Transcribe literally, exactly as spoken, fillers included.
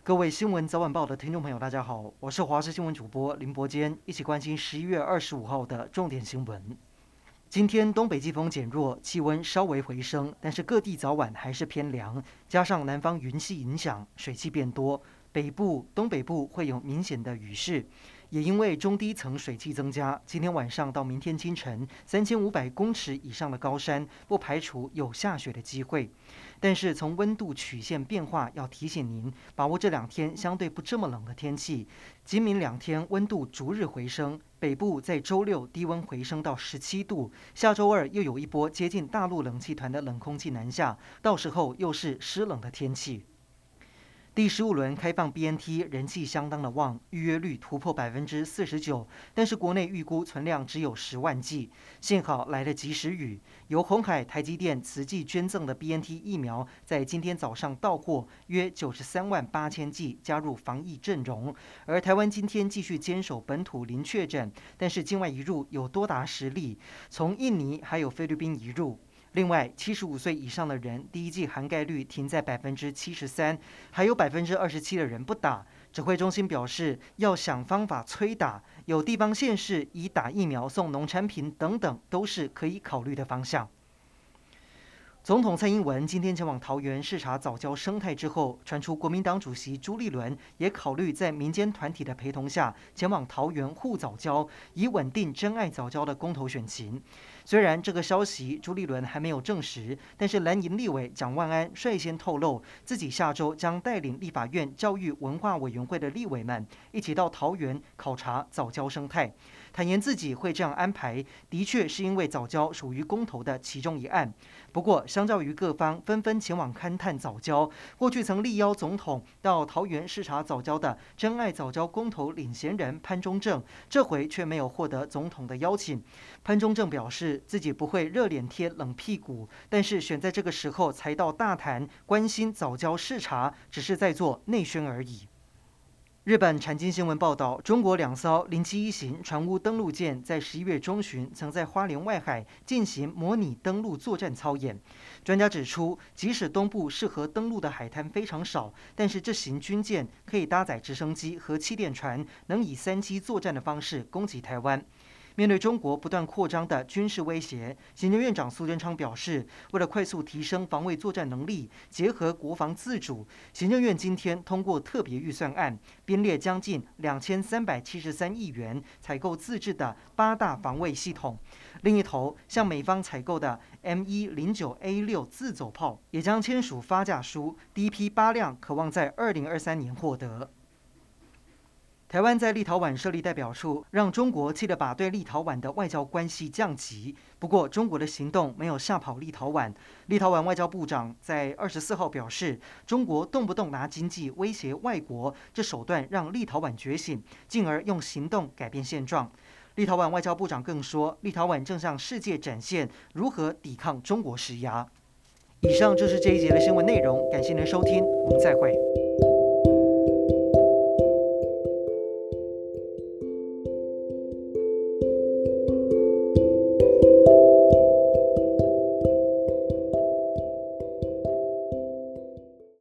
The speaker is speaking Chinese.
各位新闻早晚报的听众朋友，大家好，我是华视新闻主播林伯坚，一起关心十一月二十五号的重点新闻。今天东北季风减弱，气温稍微回升，但是各地早晚还是偏凉，加上南方云系影响，水汽变多，北部、东北部会有明显的雨势。也因为中低层水汽增加，今天晚上到明天清晨，三千五百公尺以上的高山不排除有下雪的机会。但是从温度曲线变化，要提醒您把握这两天相对不这么冷的天气。今明两天温度逐日回升，北部在周六低温回升到十七度，下周二又有一波接近大陆冷气团的冷空气南下，到时候又是湿冷的天气。第十五轮开放 B N T 人气相当的旺，预约率突破百分之四十九，但是国内预估存量只有十万剂。幸好来了及时雨，由鸿海、台积电慈济捐赠的 B N T 疫苗，在今天早上到货，约九十三万八千剂，加入防疫阵容。而台湾今天继续坚守本土零确诊，但是境外移入有多达十例，从印尼还有菲律宾移入。另外，七十五岁以上的人，第一剂涵盖率停在百分之七十三，还有百分之二十七的人不打。指挥中心表示，要想方法催打，有地方县市以打疫苗送农产品等等，都是可以考虑的方向。总统蔡英文今天前往桃园视察藻礁生态之后，传出国民党主席朱立伦也考虑在民间团体的陪同下前往桃园护藻礁，以稳定珍爱藻礁的公投选情。虽然这个消息朱立伦还没有证实，但是蓝营立委蒋万安率先透露，自己下周将带领立法院教育文化委员会的立委们一起到桃园考察藻礁生态。坦言自己会这样安排，的确是因为藻礁属于公投的其中一案。不过，相较于各方纷纷前往勘探藻礁，过去曾力邀总统到桃园视察藻礁的珍爱藻礁公投领衔人潘忠政，这回却没有获得总统的邀请。潘忠政表示，自己不会热脸贴冷屁股，但是选在这个时候才到大潭关心藻礁视察，只是在做内宣而已。日本产经新闻报道，中国两艘零七一型船坞登陆舰在十一月中旬曾在花莲外海进行模拟登陆作战操演。专家指出，即使东部适合登陆的海滩非常少，但是这型军舰可以搭载直升机和气垫船，能以三机作战的方式攻击台湾。面对中国不断扩张的军事威胁，行政院长苏贞昌表示，为了快速提升防卫作战能力，结合国防自主，行政院今天通过特别预算案，编列将近两千三百七十三亿元，采购自制的八大防卫系统。另一头，向美方采购的 M 一零九 A 六自走炮也将签署发价书，第一批八辆可望在二零二三年获得。台湾在立陶宛设立代表处，让中国气得把对立陶宛的外交关系降级。不过，中国的行动没有吓跑立陶宛。立陶宛外交部长在二十四号表示，中国动不动拿经济威胁外国，这手段让立陶宛觉醒，进而用行动改变现状。立陶宛外交部长更说，立陶宛正向世界展现如何抵抗中国施压。以上就是这一节的新闻内容，感谢您的收听，我们再会。